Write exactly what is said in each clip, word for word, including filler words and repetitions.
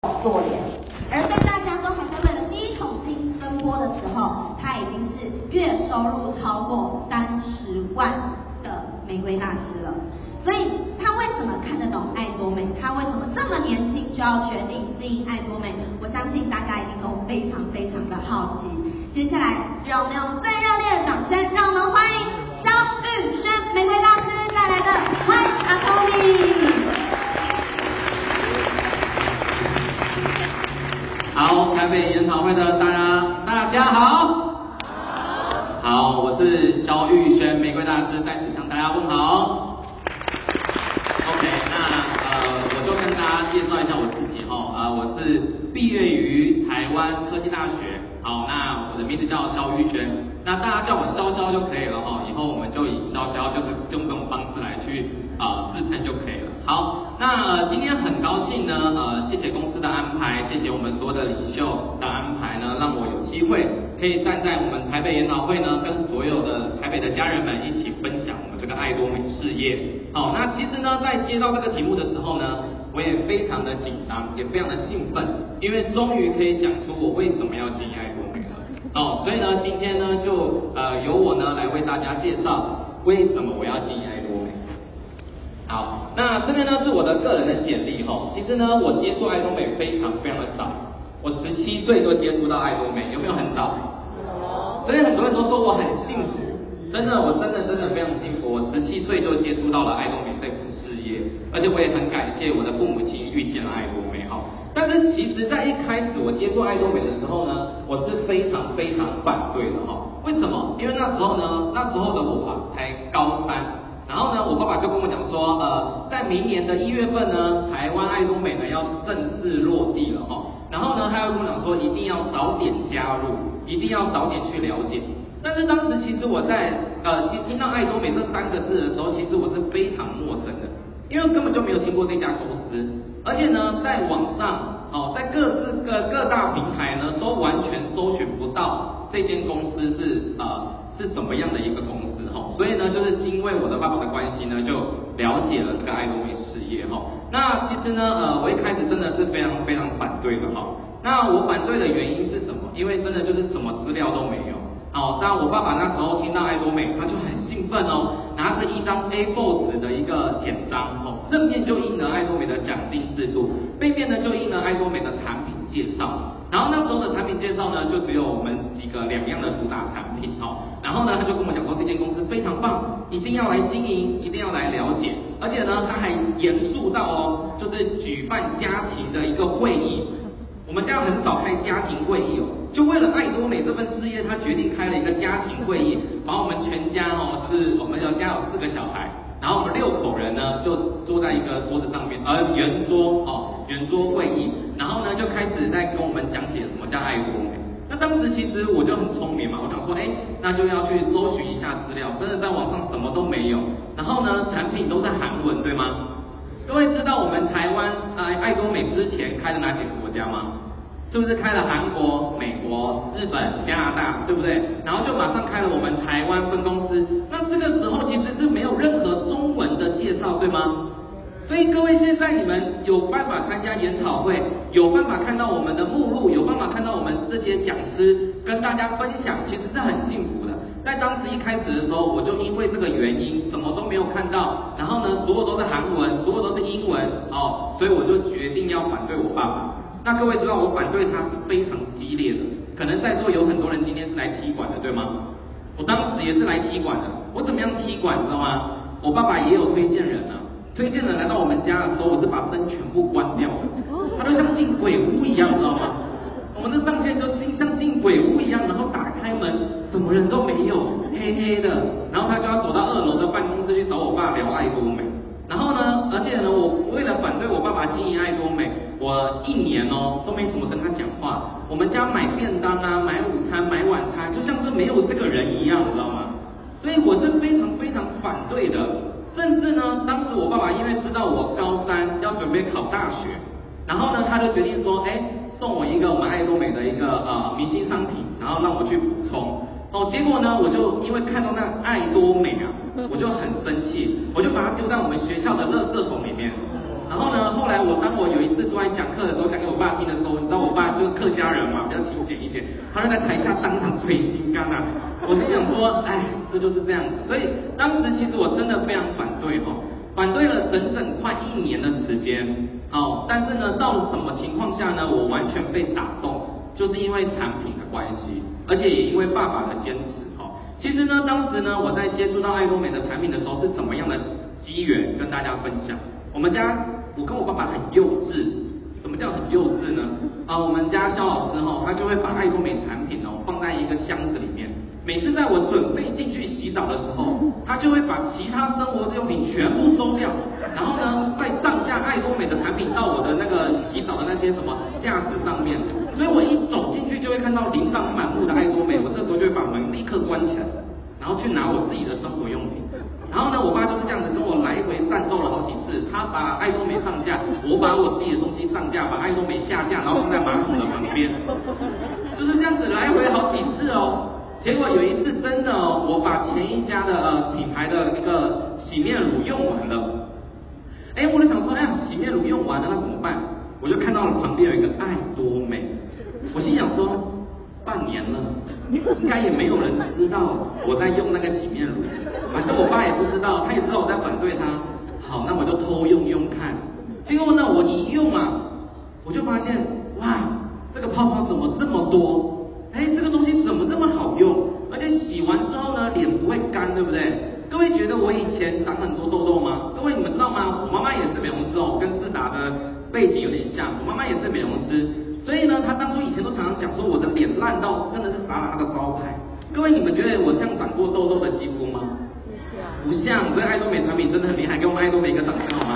做脸，而在大家都还在为了第一桶金奔波的时候，他已经是月收入超过三十万的玫瑰大师了。所以他为什么看得懂爱多美？他为什么这么年轻就要决定经营爱多美？我相信大家一定都非常非常的好奇。接下来，让我们用最热烈的掌声，让我们欢迎萧玉轩玫瑰大师带来的《Hi Atomy》。 好，台北研讨会的大家，大家好。好，我是萧玉轩玫瑰大师，在此向大家问好。OK， 那呃，我就跟大家介绍一下我自己哈，呃，我是毕业于台湾科技大学，好，那我的名字叫萧玉轩，那大家叫我潇潇就可以了哈，以后我们就以潇潇就是用这种方式来去呃自称就可以了。好，那呃今天很高兴呢，呃，谢谢公司的安排，谢谢我们所有的领袖的安排呢，让我有机会可以站在我们台北研讨会呢，跟所有的台北的家人们一起分享我们这个爱多美事业。好，那其实呢，在接到这个题目的时候呢，我也非常的紧张，也非常的兴奋，因为终于可以讲出我为什么要经营爱多美了。哦，所以呢，今天呢，就呃由我呢来为大家介绍为什么我要经营爱多美。好，那这边呢是我的个人的简历哈。其实呢，我接触爱多美非常非常的早，我十七岁就接触到爱多美，有没有很早？有。所以很多人都说我很幸福，真的，我真的真的非常幸福。我十七岁就接触到了爱多美这份事业，而且我也很感谢我的父母亲遇见了爱多美哈。但是其实，在一开始我接触爱多美的时候呢，我是非常非常反对的哈。为什么？因为那时候呢，那时候的我啊才高三。然后呢，我爸爸就跟我讲说，呃，在明年的一月份呢，台湾爱多美呢要正式落地了哈。然后呢，他又跟我讲说，一定要早点加入，一定要早点去了解。但是当时其实我在呃，其实听到爱多美这三个字的时候，其实我是非常陌生的，因为根本就没有听过这家公司，而且呢，在网上哦，在各自各各大平台呢，都完全搜寻不到这间公司是呃是什么样的一个公司。所以呢，就是因为我的爸爸的关系呢，就了解了这个爱多美事业哈。那其实呢，呃，我一开始真的是非常非常反对的哈。那我反对的原因是什么？因为真的就是什么资料都没有。好，那我爸爸那时候听到爱多美，他就很兴奋哦，拿着一张 A 四 纸的一个简章哦，正面就印了爱多美的奖金制度，背面呢就印了爱多美的产品介绍。然后那时候的产品介绍呢，就只有我们几个两样的主打产品哦。然后呢，他就跟我讲说，这间公司非常棒，一定要来经营，一定要来了解。而且呢，他还严肃到哦，就是举办家庭的一个会议。我们家很少开家庭会议哦，就为了爱多美这份事业，他决定开了一个家庭会议，把我们全家哦，是我们家有四个小孩。然后我们六口人呢，就坐在一个桌子上面，呃，圆桌哦，圆桌会议。然后呢，就开始在跟我们讲解什么叫爱多美。那当时其实我就很聪明嘛，我想说，哎，那就要去搜寻一下资料，真的在网上什么都没有。然后呢，产品都是韩文，对吗？各位知道我们台湾呃爱多美之前开的哪几个国家吗？是不是开了韩国、美国、日本、加拿大，对不对？然后就马上开了我们台湾分公司。那这个时候其实是没有任何中文的介绍，对吗？所以各位现在你们有办法参加研讨会，有办法看到我们的目录，有办法看到我们这些讲师跟大家分享，其实是很幸福的。在当时一开始的时候，我就因为这个原因什么都没有看到，然后呢，所有都是韩文，所有都是英文哦，所以我就决定要反对我爸爸。那各位知道我反对他是非常激烈的，可能在座有很多人今天是来踢馆的，对吗？我当时也是来踢馆的，我怎么样踢馆，你知道吗？我爸爸也有推荐人啊，推荐人来到我们家的时候，我是把灯全部关掉的，他就像进鬼屋一样，知道吗？我们的上线就进像进鬼屋一样，然后打开门，什么人都没有，黑黑的，然后他就要走到二楼的办公室去找我爸聊爱多美。然后呢，而且呢，我为了反对我爸爸经营爱多美，我一年哦都没怎么跟他讲话。我们家买便当啊，买午餐、买晚餐，就像是没有这个人一样，你知道吗？所以我是非常非常反对的。甚至呢，当时我爸爸因为知道我高三要准备考大学，然后呢，他就决定说，哎，送我一个我们爱多美的一个呃明星商品，然后让我去补充。哦，结果呢，我就因为看到那爱多美啊，我就很生气，我就把它丢在我们学校的垃圾桶里面。 然后呢，后来我当我有一次出来讲课的时候，讲给我爸听的时候，你知道我爸就是客家人嘛，比较勤俭一点，他就在台下当场捶心肝啊。我心想说，哎，这就是这样子。所以当时其实我真的非常反对哈、哦，反对了整整快一年的时间。哦，但是呢，到了什么情况下呢，我完全被打动，就是因为产品的关系，而且也因为爸爸的坚持。哦，其实呢，当时呢，我在接触到爱多美的产品的时候是怎么样的机缘，跟大家分享。我们家，我跟我爸爸很幼稚。什么叫很幼稚呢？啊，我们家肖老师哈、哦，他就会把爱多美产品哦放在一个箱子里面。每次在我准备进去洗澡的时候，他就会把其他生活用品全部收掉，然后呢，再上架爱多美的产品到我的那个洗澡的那些什么架子上面。所以我一走进去就会看到琳琅满目的爱多美，我这时候就会把门立刻关起来，然后去拿我自己的生活用品。然后呢，我爸就是这样子跟我来回战斗了好几次，他把爱多美上架，我把我自己的东西上架，把爱多美下架，然后放在马桶的旁边，就是这样子来回好几次哦。结果有一次真的哦，我把前一家的呃品牌的一个洗面乳用完了，哎，我就想说，哎呀，洗面乳用完了那怎么办？我就看到了旁边有一个爱多美，我心想说，半年了，应该也没有人知道我在用那个洗面乳，反正我爸也不知道，他也知道我在反对他。好，那我就偷用用看。结果呢，我一用啊，我就发现，哇，这个泡泡怎么这么多？哎，这个东西怎么这么好用？而且洗完之后呢，脸不会干，对不对？各位觉得我以前长很多痘痘吗？各位你们知道吗？我妈妈也是美容师哦，跟志达的背景有点像，我妈妈也是美容师。所以呢，他当初以前都常常讲说我的脸烂到真的是砸了他的招牌。各位，你们觉得我像长过痘痘的肌肤吗？不像。所以爱多美产品真的很厉害，给我们爱多美一个掌声好吗？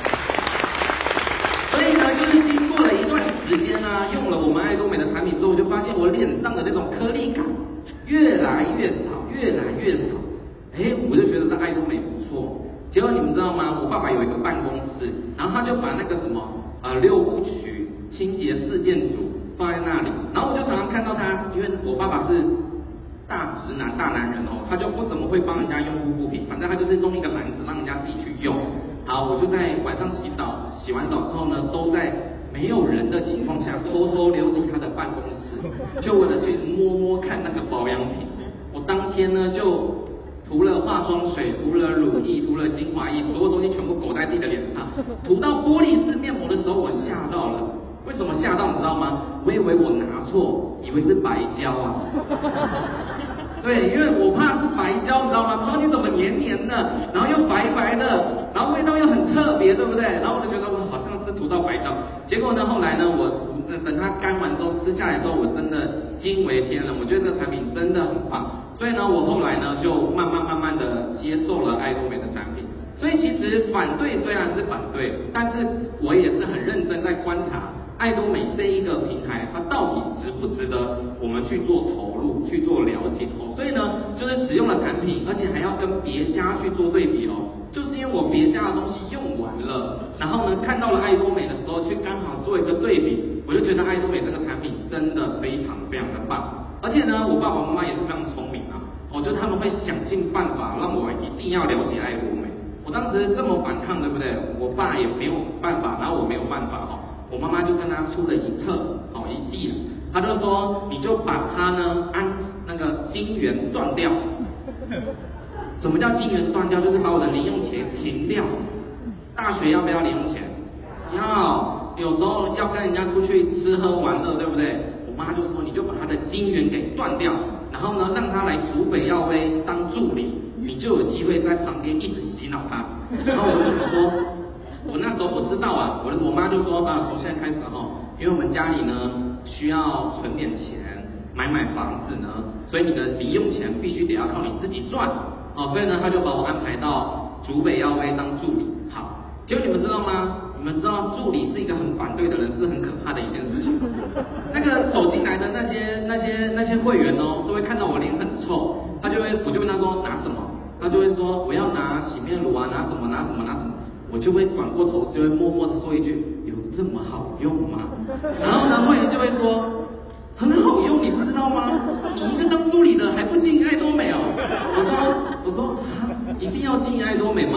所以呢，就是经过了一段时间啊，用了我们爱多美的产品之后，我就发现我脸上的那种颗粒感越来越少，越来越少。哎，我就觉得这爱多美不错。结果你们知道吗？我爸爸有一个办公室，然后他就把那个什么呃六部曲清洁四件组放在那里，然后我就常常看到他，因为我爸爸是大直男大男人哦，他就不怎么会帮人家用护肤品，反正他就是弄一个篮子让人家自己去用。好，我就在晚上洗澡，洗完澡之后呢，都在没有人的情况下偷偷溜进他的办公室，就为了去摸摸看那个保养品。我当天呢就涂了化妆水，涂了乳液，涂了精华液，所有东西全部裹在自己的脸上。涂到玻璃式面膜的时候，我吓到了。为什么吓到你知道吗？我以为我拿错，以为是白胶啊。对，因为我怕是白胶，你知道吗？超级怎么黏黏的，然后又白白的，然后味道又很特别，对不对？然后我就觉得我好像是涂到白胶。结果呢，后来呢，我等它干完之后吃下来之后，我真的惊为天人，我觉得这个产品真的很棒。所以呢，我后来呢就慢慢慢慢的接受了爱多美的产品。所以其实反对虽然是反对，但是我也是很认真在观察爱多美这一个平台，它到底值不值得我们去做投入、去做了解哦。所以呢，就是使用了产品，而且还要跟别家去做对比哦。就是因为我别家的东西用完了，然后呢看到了爱多美的时候，去刚好做一个对比，我就觉得爱多美这个产品真的非常非常的棒。而且呢，我爸爸妈妈也是非常聪明啊，我觉得他们会想尽办法让我一定要了解爱多美。我当时这么反抗，对不对？我爸也没有办法，然后我没有办法哦。我妈妈就跟他出了一册哦一计，他就说你就把它呢按那个金源断掉。什么叫金源断掉？就是把我的零用钱停掉。大学要不要零用钱？要。有时候要跟人家出去吃喝玩乐，对不对？我妈就说你就把他的金源给断掉，然后呢让他来竹北耀威当助理，你就有机会在旁边一直洗脑他。然后我就想说。我那时候我知道啊，我的我妈就说啊，从现在开始哈，因为我们家里呢需要存点钱买买房子呢，所以你的零用钱必须得要靠你自己赚哦，所以呢，她就把我安排到竹北耀威当助理。好，结果你们知道吗？你们知道助理是一个很反对的人，是很可怕的一件事情。那个走进来的那些那些那些会员哦，都会看到我脸很臭，他就会我就问他说拿什么，他就会说我要拿洗面乳啊，拿什么拿什么拿什么。我就会转过头，就会默默的说一句：“有这么好用吗？”然后呢，会员就会说：“很好用，你不知道吗？你一个当助理的还不经营爱多美哦？”我说：“我说啊，一定要经营爱多美吗？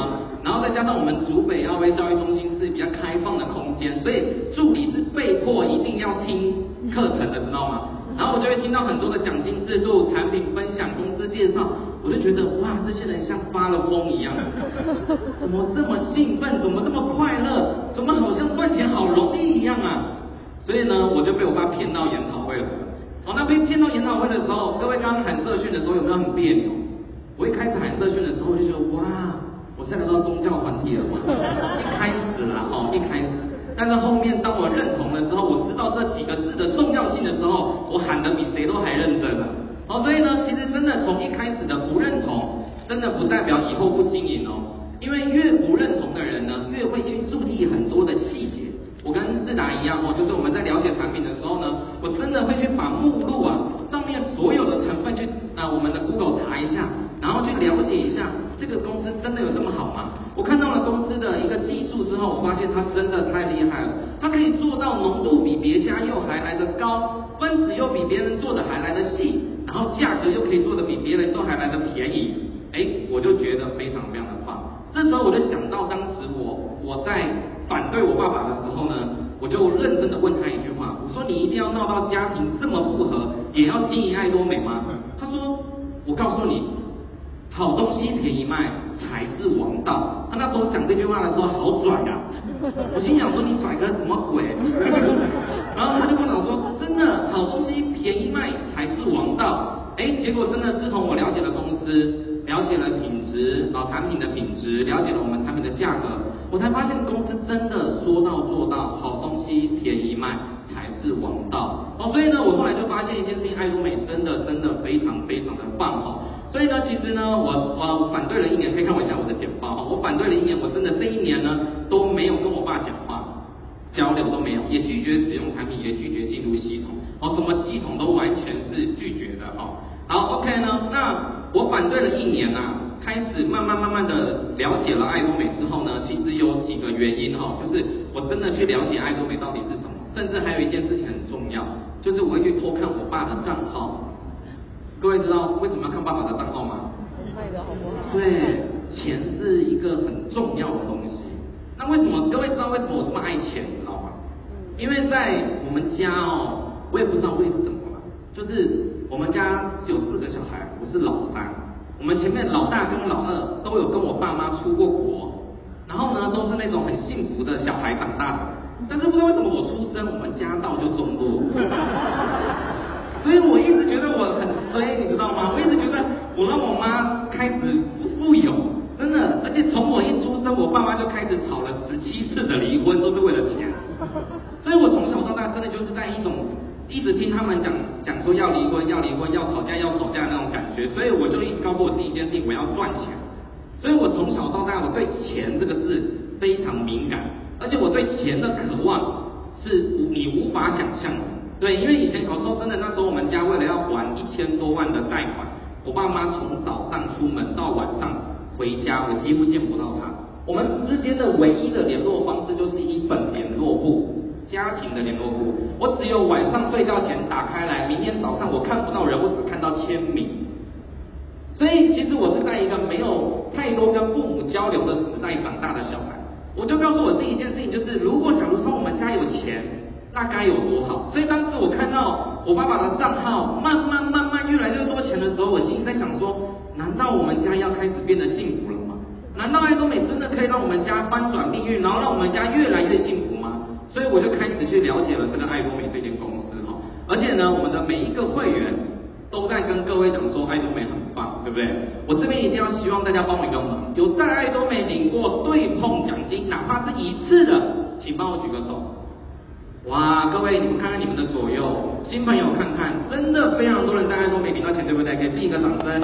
然后再加上我们竹北奥威教育中心是比较开放的空间，所以助理是被迫一定要听课程的，知道吗？然后我就会听到很多的奖金制度、产品分享、公司介绍，我就觉得哇，这些人像发了疯一样，怎么这么兴奋，怎么这么快乐，怎么好像赚钱好容易一样啊？所以呢，我就被我爸骗到研讨会了。哦，那被骗到研讨会的时候，各位刚刚喊社训的时候有没有很别扭？我一开始喊社训的时候，我就觉得哇，我现在来到宗教团体了嘛。一开始啦，哦，一开始。但是后面当我认同的时候，我知道这几个字的重要性的时候，我喊得比谁都还认真了。哦，所以呢，其实真的从一开始的不认同，真的不代表以后不经营哦。因为越不认同的人呢，越会去注意很多的细节。我跟志达一样哦，就是我们在了解产品的时候呢，我真的会去把目录啊上面所有的成分去啊、呃、我们的 Google 查一下，然后去了解一下这个公司真的有这么好吗？我看到了公司的一个技术之后，我发现它真的太厉害了，它可以做到浓度比别家又还来得高，分子又比别人做的还来得细，然后价格又可以做的比别人都还来得便宜，哎，我就觉得非常非常的棒。这时候我就想到当时我我在反对我爸爸的时候呢，我就认真的问他一句话，我说你一定要闹到家庭这么不和，也要经营爱多美吗？他说，我告诉你，好东西便宜卖才是王道。他那时候讲这句话的时候好拽啊，我心想说你拽个什么鬼？然后他就跟我说，真的好东西便宜卖才是王道。哎，结果真的自从我了解了公司，了解了品质啊、哦、产品的品质，了解了我们产品的价格，我才发现公司真的说到做到，好东西便宜卖才是王道哦。所以呢，我后来就发现一件事情，爱多美真的真的非常非常的棒哦。所以呢，其实呢，我我反对了一年，可以看我一下我的简报哈，我反对了一年，我真的这一年呢都没有跟我爸讲话，交流都没有，也拒绝使用产品，也拒绝进入系统，哦，什么系统都完全是拒绝的哦。好 ，OK 呢，那我反对了一年啊，开始慢慢慢慢的了解了爱多美之后呢，其实有几个原因哦，就是我真的去了解爱多美到底是什么，甚至还有一件事情很重要，就是我会去偷看我爸的账号。各位知道为什么要看爸爸的账号吗？ 卖的好不好？ 对，钱是一个很重要的东西。那为什么各位知道为什么我这么爱钱，你知道吗？因为在我们家哦，我也不知道为什么啦，就是我们家有四个小孩，我是老三。我们前面老大跟老二都有跟我爸妈出过国，然后呢都是那种很幸福的小孩长大的。但是不知道为什么我出生，我们家道就中落。所以我一直觉得我很衰，你知道吗？我一直觉得我让我妈开始富有，真的，而且从我一出生，我爸妈就开始吵了十七次的离婚，都是为了钱。所以我从小到大真的就是在一种一直听他们讲讲说要离婚要离婚要吵架要吵架那种感觉，所以我就一直告诉我自己一件事情，我要赚钱。所以我从小到大我对钱这个字非常敏感，而且我对钱的渴望是你无法想象的。对，因为以前小时候真的那时候我们家为了要还一千多万的贷款，我爸妈从早上出门到晚上回家，我几乎见不到他。我们之间的唯一的联络方式就是一本联络簿，家庭的联络簿。我只有晚上睡觉前打开来，明天早上我看不到人，我只看到签名。所以其实我是在一个没有太多跟父母交流的时代长大的小孩。我就告诉我自己一件事情，就是如果假如说我们家有钱，那该有多好。所以当时我看到我爸爸的账号慢慢慢慢越来越多钱的时候，我心里在想说，难道我们家要开始变得幸福了吗？难道爱多美真的可以让我们家翻转命运，然后让我们家越来越幸福吗？所以我就开始去了解了这个爱多美这间公司哈。而且呢，我们的每一个会员都在跟各位讲说爱多美很棒，对不对？我这边一定要希望大家帮我一个忙，有在爱多美领过对碰奖金，哪怕是一次的，请帮我举个手。哇，各位你们看看你们的左右，新朋友看看，真的非常多人在爱多美领到钱，对不对？给自己一个掌声。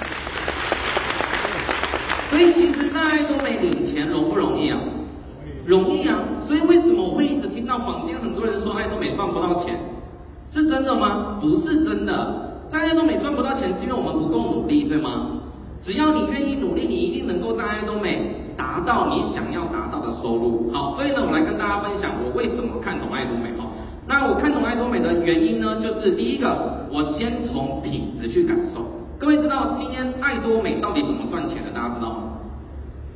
所以其实在爱多美领钱容不容易啊？容易啊！所以为什么我会一直听到坊间很多人说爱多美赚不到钱？是真的吗？不是真的。在爱多美赚不到钱，是因为我们不够努力，对吗？只要你愿意努力，你一定能够在爱多美达到你想要达到的收入。好，所以呢，我来跟大家分享我为什么看懂爱多美哈。那我看懂爱多美的原因呢，就是第一个，我先从品质去感受。各位知道今天爱多美到底怎么赚钱的？大家知道吗？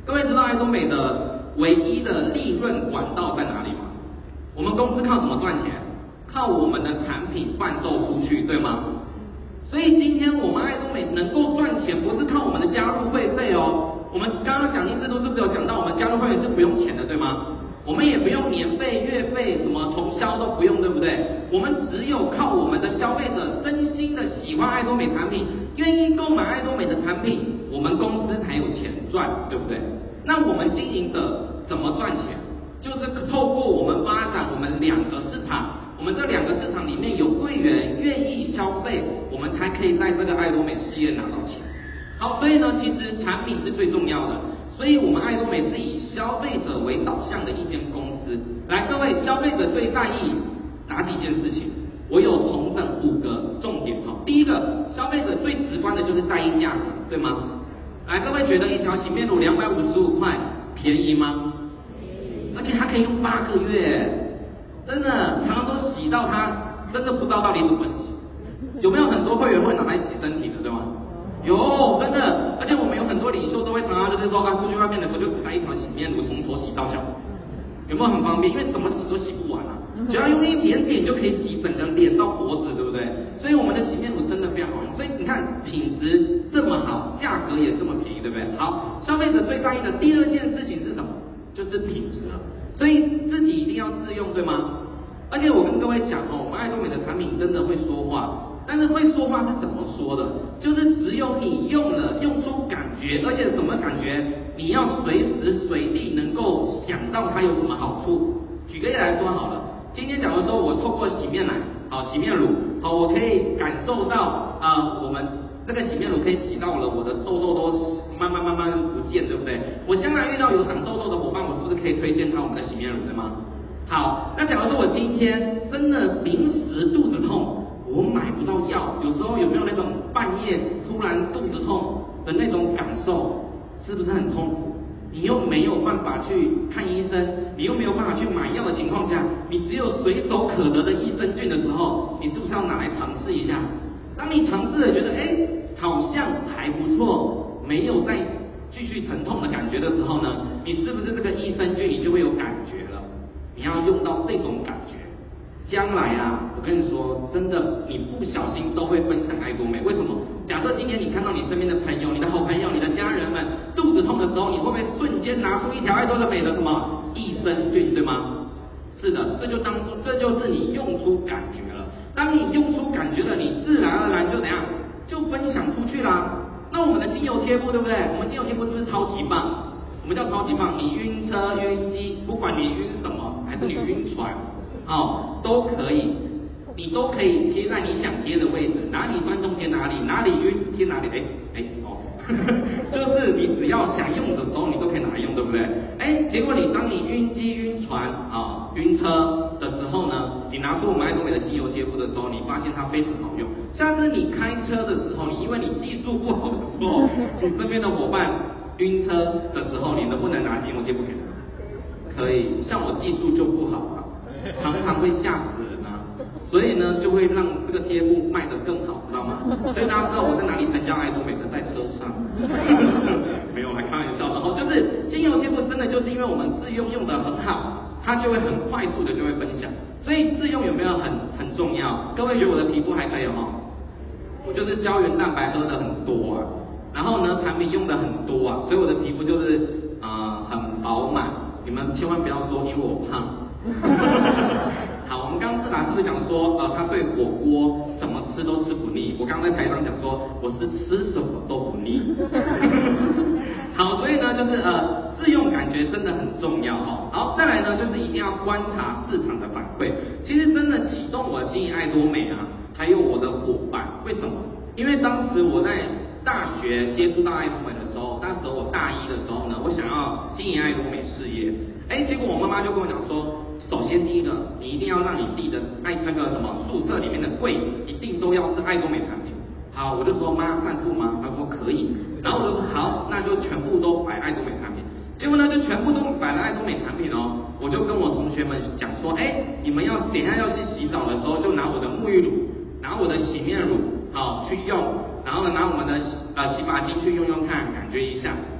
各位知道爱多美的唯一的利润管道在哪里吗？我们公司靠什么赚钱？靠我们的产品贩售出去，对吗？所以今天我们爱多美能够赚钱，不是靠我们的加入会费哦。我们刚刚奖金制度是不是有讲到，我们加入会员是不用钱的，对吗？我们也不用年费、月费，什么重销都不用，对不对？我们只有靠我们的消费者真心的喜欢爱多美产品，愿意购买爱多美的产品，我们公司才有钱赚，对不对？那我们经营者怎么赚钱？就是透过我们发展我们两个市场，我们这两个市场里面有会员愿意消费，我们才可以在这个爱多美事业拿到钱。好，所以呢，其实产品是最重要的，所以我们爱多美是以消费者为导向的一间公司。来，各位，消费者最在意哪几件事情？我有统整五个重点哈。第一个，消费者最直观的就是在意价格，对吗？来，各位觉得一条洗面乳两百五十五块便宜吗？而且它可以用八个月，真的常常都洗到它真的不知道到底怎么洗。有没有很多会员会拿来洗身体的，对吗？有，真的，而且我们有很多领袖都会常常就是说，啊，出去外面的时候就只带一条洗面乳，从头洗到脚，有没有很方便？因为怎么洗都洗不完啊，只要用一点点就可以洗整个脸到脖子，对不对？所以我们的洗面乳真的非常好用，所以你看品质这么好，价格也这么便宜，对不对？好，消费者最在意的第二件事情是什么？就是品质了，所以自己一定要试用，对吗？而且我跟各位讲哦，我们爱多美的产品真的会说话。但是会说话是怎么说的？就是只有你用了，用出感觉，而且什么感觉？你要随时随地能够想到它有什么好处。举个例来说好了，今天假如说我透过洗面奶，好洗面乳，好，我可以感受到啊、呃，我们这个洗面乳可以洗到了我的痘痘都慢慢慢慢不见，对不对？我将来遇到有长痘痘的伙伴，我是不是可以推荐他我们的洗面乳，对吗？好，那假如说我今天真的临时肚子痛。我买不到药，有时候有没有那种半夜突然肚子痛的那种感受，是不是很痛苦？你又没有办法去看医生，你又没有办法去买药的情况下，你只有随手可得的益生菌的时候，你是不是要拿来尝试一下？当你尝试了觉得哎好像还不错，没有再继续疼痛的感觉的时候呢，你是不是这个益生菌你就会有感觉了？你要用到这种感觉。将来啊，我跟你说，真的，你不小心都会分享爱多美。为什么？假设今天你看到你身边的朋友、你的好朋友、你的家人们肚子痛的时候，你会不会瞬间拿出一条爱多美的什么益生菌，对吗？是的，这就当这就是你用出感觉了。当你用出感觉了，你自然而然就怎样，就分享出去啦。那我们的精油贴布，对不对？我们精油贴布是不是超级棒？什么叫超级棒？你晕车、晕机，不管你晕什么，还是你晕船。哦，都可以，你都可以贴在你想贴的位置，哪里酸痛贴哪里，哪里晕贴哪里，哎哎哦，就是你只要想用的时候，你都可以拿来用，对不对？哎，结果你当你晕机、晕船啊、晕车的时候呢，你拿出我们爱多美的精油贴布的时候，你发现它非常好用。下次你开车的时候，你因为你技术不好的时候，你身边的伙伴晕车的时候，你能不能拿精油贴布给他？可以，像我技术就不好啊。常常会吓死人啊，所以呢就会让这个贴布卖得更好，知道吗？所以大家知道我在哪里参加爱多美的，在车上，没有，还开玩笑。然后就是精油贴布真的就是因为我们自用用得很好，它就会很快速的就会分享。所以自用有没有很很重要？各位觉得我的皮肤还可以哈？我就是胶原蛋白喝的很多啊，然后呢产品用的很多啊，所以我的皮肤就是呃很饱满。你们千万不要说因为我胖。好，我们刚刚志达是不是讲说，呃，他对火锅怎么吃都吃不腻？我刚刚在台上讲说，我是吃什么都不腻。好，所以呢，就是呃，自用感觉真的很重要哦。好，再来呢，就是一定要观察市场的反馈。其实真的启动我经营爱多美啊，还有我的伙伴，为什么？因为当时我在大学接触到爱多美的时候，那时候我大一的时候呢，我想要经营爱多美事业，哎，结果我妈妈就跟我讲说。首先，第一个，你一定要让你自己的爱那个什么宿舍里面的柜一定都要是爱多美产品。好，我就说妈赞助吗？她说可以。然后我就说好，那就全部都摆爱多美产品。结果呢，就全部都摆了爱多美产品哦。我就跟我同学们讲说，哎，你们要等一下要去洗澡的时候，就拿我的沐浴乳，拿我的洗面乳，好去用，然后呢拿我们的呃洗发精去用用看，感觉一下。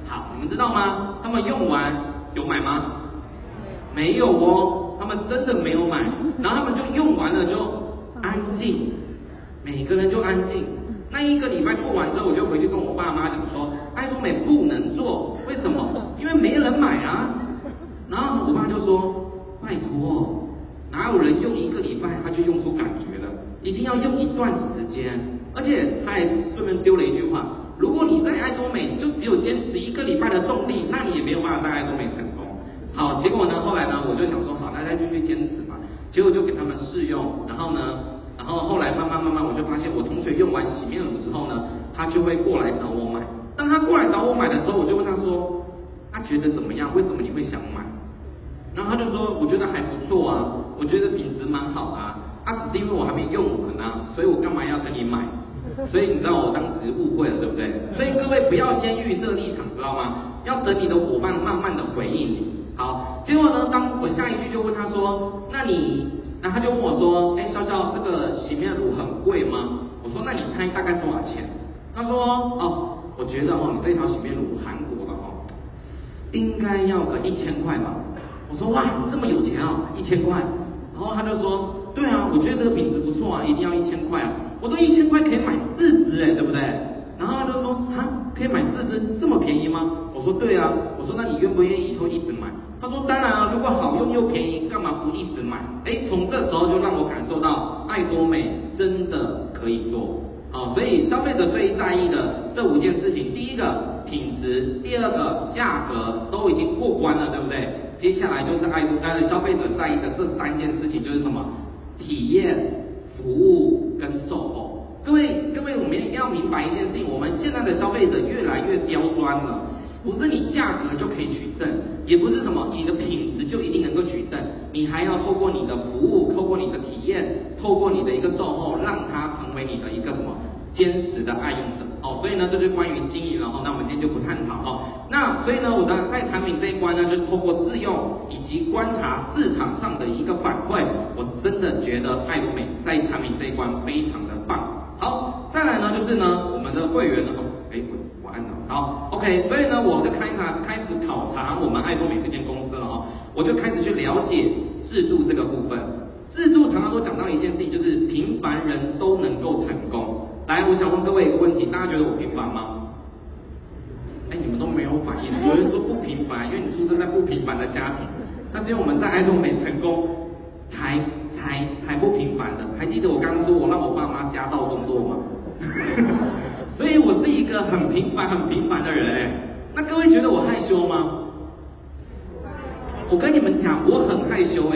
好，你们知道吗？他们用完有买吗？没有哦，他们真的没有买，然后他们就用完了就安静，每个人就安静。那一个礼拜过完之后，我就回去跟我爸妈讲说，爱多美不能做，为什么？因为没人买啊。然后我爸就说，拜托，哪有人用一个礼拜他就用出感觉了？一定要用一段时间。而且他还顺便丢了一句话，如果你在爱多美就只有坚持一个礼拜的动力，那你也没有办法在爱多美成功。好，结果呢，后来呢，我就想说，好，大家继续坚持嘛。结果就给他们试用，然后呢，然后后来慢慢慢慢，我就发现我同学用完洗面乳之后呢，他就会过来找我买。当他过来找我买的时候，我就问他说，他觉得怎么样？为什么你会想买？然后他就说，我觉得还不错啊，我觉得品质蛮好啊，啊，只是因为我还没用完啊，所以我干嘛要跟你买？所以你知道我当时误会了，对不对？所以各位不要先预设立场，知道吗？要等你的伙伴慢慢的回应你。好，结果呢，当我下一句就问他说，那你，然后他就问我说，哎，潇潇，这个洗面乳很贵吗？我说，那你猜大概多少钱？他说，哦，我觉得哦，你这条洗面乳韩国的哦，应该要个一千块吧。我说，哇，这么有钱哦，一千块。然后他就说，对啊，我觉得这个品质不错啊，一定要一千块啊。我说一千块可以买四支哎，对不对？然后他就说，哈，可以买四支，这么便宜吗？我说对啊。我说那你愿不愿意以后一直买？他说当然啊，如果好用又便宜，干嘛不一直买？哎，从这时候就让我感受到爱多美真的可以做。好，所以消费者最在意的这五件事情，第一个品质，第二个价格都已经过关了，对不对？接下来就是爱多呃消费者在意的这三件事情，就是什么？体验、服务跟售后。各位各位，我们一定要明白一件事情，我们现在的消费者越来越刁钻了，不是你价格就可以取胜，也不是什么你的品质就一定能够取胜，你还要透过你的服务，透过你的体验，透过你的一个售后，让它成为你的一个什么坚实的爱用者哦。所以呢，这就是关于经营了哦。那我们今天就不探讨哦。那所以呢，我的在产品这一关呢，就是透过自用以及观察市场上的一个反馈，我真的觉得爱多美在产品这一关非常的棒。好，再来呢就是呢我们的会员呢，哎我我按了好 ，OK， 所以呢我就开始开始考察我们爱多美这间公司了哦，我就开始去了解制度这个部分。制度常常都讲到一件事情，就是平凡人都能够成功。来，我想问各位一个问题，大家觉得我平凡吗？哎，你们都没有反应，有人说不平凡，因为你出生在不平凡的家庭。那只有我们在爱多美成功，才才才不平凡的。还记得我刚刚说我让我爸妈家道中落吗？所以我是一个很平凡、很平凡的人哎。那各位觉得我害羞吗？我跟你们讲，我很害羞哎。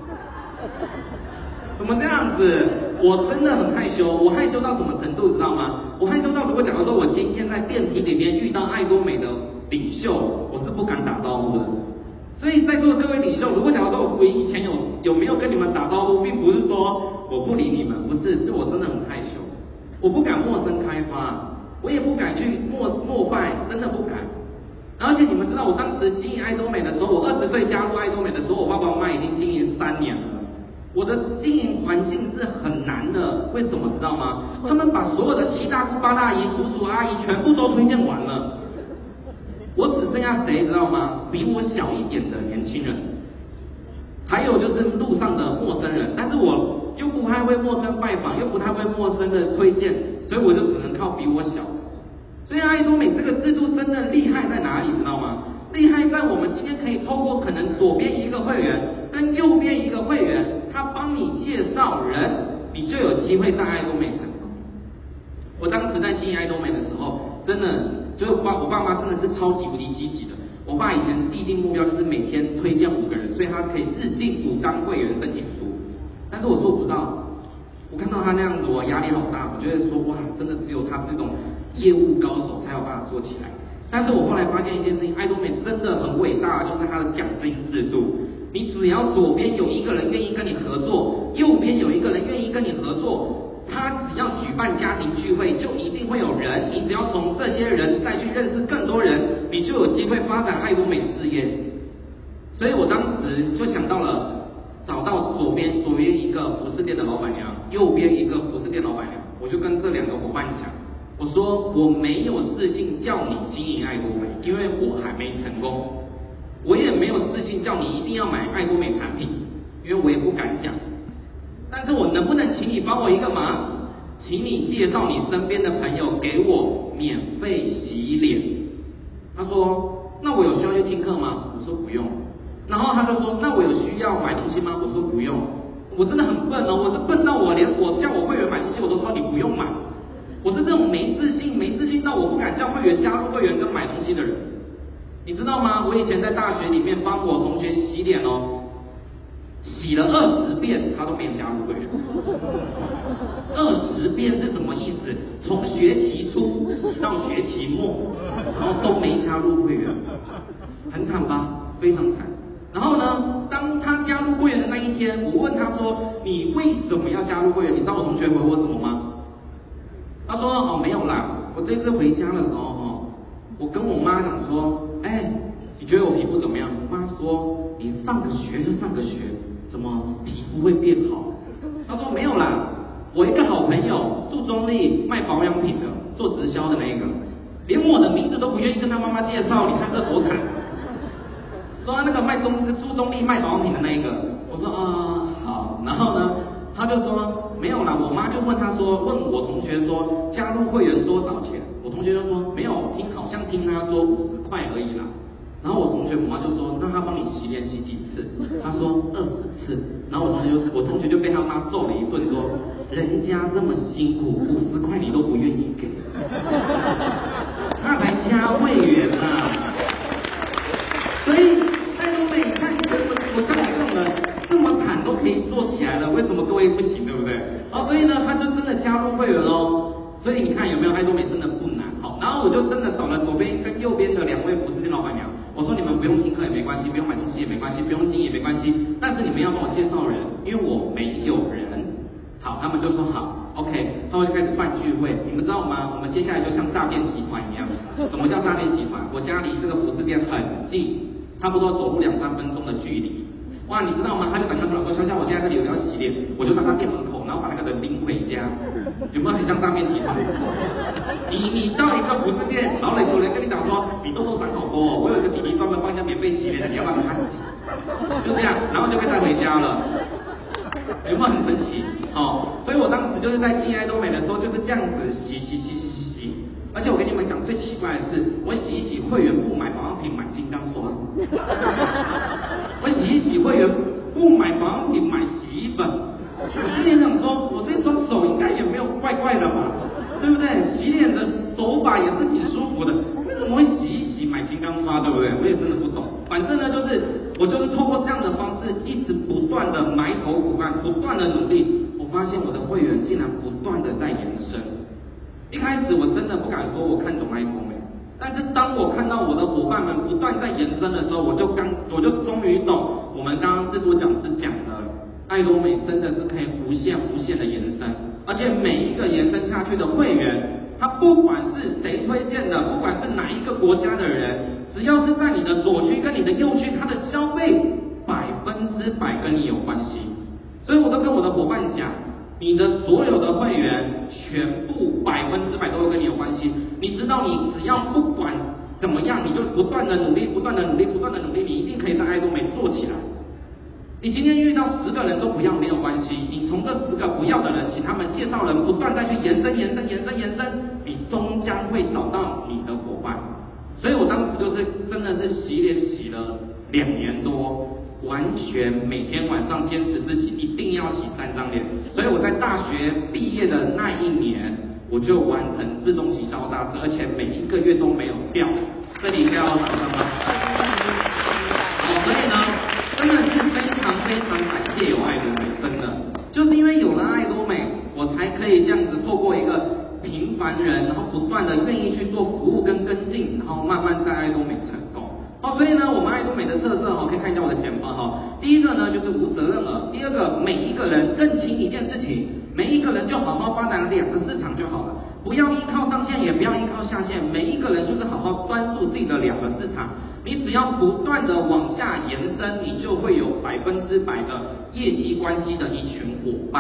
怎么这样子？我真的很害羞，我害羞到什么程度，知道吗？我害羞到，如果假如说我今天在电梯里面遇到爱多美的领袖，我是不敢打招呼的。所以在座的各位领袖，如果假如说我以前有有没有跟你们打招呼，并不是说我不理你们，不是，是我真的很害羞，我不敢陌生开发，我也不敢去膜膜拜，真的不敢。而且你们知道，我当时经营爱多美的时候，我二十岁加入爱多美的时候，我爸爸妈妈已经经营三年了。我的经营环境是很难的，为什么知道吗？他们把所有的七大姑八大姨、叔叔阿姨全部都推荐完了，我只剩下谁知道吗？比我小一点的年轻人，还有就是路上的陌生人，但是我又不太会陌生拜访，又不太会陌生的推荐，所以我就只能靠比我小。所以爱多美这个制度真的厉害在哪里，知道吗？厉害在我们今天可以透过可能左边一个会员跟右边一个会员，他帮你介绍人，你就有机会在爱多美成功。我当时在经营爱多美的时候，真的就是我爸我爸妈真的是超级无敌积极的。我爸以前立定目标就是每天推荐五个人，所以他可以日进五张会员申请书，但是我做不到。我看到他那样子，我压力好大，我觉得说哇，真的只有他这种业务高手才有办法做起来。但是我后来发现一件事情，爱多美真的很伟大，就是它的奖金制度。你只要左边有一个人愿意跟你合作，右边有一个人愿意跟你合作，他只要举办家庭聚会，就一定会有人。你只要从这些人再去认识更多人，你就有机会发展爱多美事业。所以我当时就想到了，找到左边左边一个服饰店的老板娘，右边一个服饰店老板娘，我就跟这两个伙伴讲， 我说我没有自信叫你经营爱多美，因为我还没成功。我也没有自信叫你一定要买爱多美产品，因为我也不敢讲。但是我能不能请你帮我一个忙？请你介绍你身边的朋友给我免费洗脸。他说，那我有需要去听课吗？我说不用。然后他就说，那我有需要买东西吗？我说不用。我真的很笨哦，我是笨到我连我叫我会员买东西我都说你不用买。我是这种没自信，没自信到我不敢叫会员加入会员跟买东西的人。你知道吗？我以前在大学里面帮我同学洗脸哦，洗了二十遍，他都没有加入会员。二十遍是什么意思？从学期初洗到学期末，然后都没加入会员，很惨吧？非常惨。然后呢，当他加入会员的那一天，我问他说：“你为什么要加入会员？”你知道我同学回我什么吗？他说：“哦，没有啦，我这次回家的时候哦，我跟我妈讲说，哎，你觉得我皮肤怎么样？”我妈说：“你上个学就上个学，怎么皮肤会变好？”他说：“没有啦，我一个好朋友住中立卖保养品的，做直销的那个，连我的名字都不愿意跟他妈妈介绍，你看这多惨。”说那个卖中住中立卖保养品的那一个，我说啊、呃、好，然后呢，他就说没有啦，我妈就问他说，问我同学说加入会员多少钱？我同学就说没有，听好像听他说五十块而已啦。然后我同学我妈就说，那他帮你洗脸洗几次？他说二十次。然后我同学就我同学就被他妈揍了一顿，说人家这么辛苦，五十块你都不愿意给，他才加会员啊。所以爱多美，你看我我像你这种人这么惨都可以做起来了，为什么各位不行，对不对？好，所以呢，他就真的加入会员哦。所以你看有没有爱多美真的不难。好，然后我就真的找了左边跟右边的两位服饰店老板娘，我说你们不用听课也没关系，不用买东西也没关系，不用经营也没关系，但是你们要帮我介绍人，因为我没有人。好，他们就说好 ，OK， 他们就开始办聚会。你们知道吗？我们接下来就像诈骗集团一样。什么叫诈骗集团？我家离这个服饰店很近。差不多走路两三分钟的距离，哇，你知道吗？他就打电话说，潇潇，我现在这里有要洗脸，我就到他店门口，然后把那个人拎回家，有没有很像诈骗集团？你你到一个服饰店，然后有人跟你讲说，你痘痘长好多哦，我有一个弟弟专门帮人家免费洗脸的，你要不要给他洗？就这样，然后就被带回家了，有没有很神奇？哦，所以我当时就是在进爱多美的时候就是这样子洗洗洗洗洗洗。而且我跟你们讲，最奇怪的是，我洗一洗会员不买保养品，买金刚刷；我洗一洗会员不买保养品，买洗衣粉。我心里想说，我这双手应该也没有怪怪的吧，对不对？洗脸的手法也是挺舒服的，为什么会洗一洗买金刚刷，对不对？我也真的不懂。反正呢，就是我就是透过这样的方式，一直不断的埋头苦干，不断的努力，我发现我的会员竟然不断的在延伸。一开始我真的不敢说我看懂爱多美，但是当我看到我的伙伴们不断在延伸的时候，我就刚我就终于懂我们刚刚制作讲师讲的，爱多美真的是可以无限无限的延伸，而且每一个延伸下去的会员，他不管是谁推荐的，不管是哪一个国家的人，只要是在你的左区跟你的右区，他的消费百分之百跟你有关系。所以我都跟我的伙伴讲，你的所有的会员全部百分之百都会跟你有关系。你知道，你只要不管怎么样，你就不断的努力，不断的努力，不断的努力，你一定可以在爱多美做起来。你今天遇到十个人都不要没有关系，你从这十个不要的人，请他们介绍人不断再去延伸、延伸、延伸、延伸，你终将会找到你的伙伴。所以我当时就是真的是洗脸洗了两年多。完全每天晚上坚持自己一定要洗三张脸，所以我在大学毕业的那一年，我就完成自动洗销大师，而且每一个月都没有掉。这里应该要掌声吧？好，所以呢，真的是非常非常感谢有爱多美，真的就是因为有了爱多美，我才可以这样子透过一个平凡人，然后不断的愿意去做服务跟跟进，然后慢慢在爱多美成功。好，所以呢，我们爱多美的特色哈，可以看一下我的简报哈。第一个呢，就是无责任额；第二个，每一个人认清一件事情，每一个人就好好发展两个市场就好了，不要依靠上线，也不要依靠下线，每一个人就是好好专注自己的两个市场。你只要不断的往下延伸，你就会有百分之百的业绩关系的一群伙伴。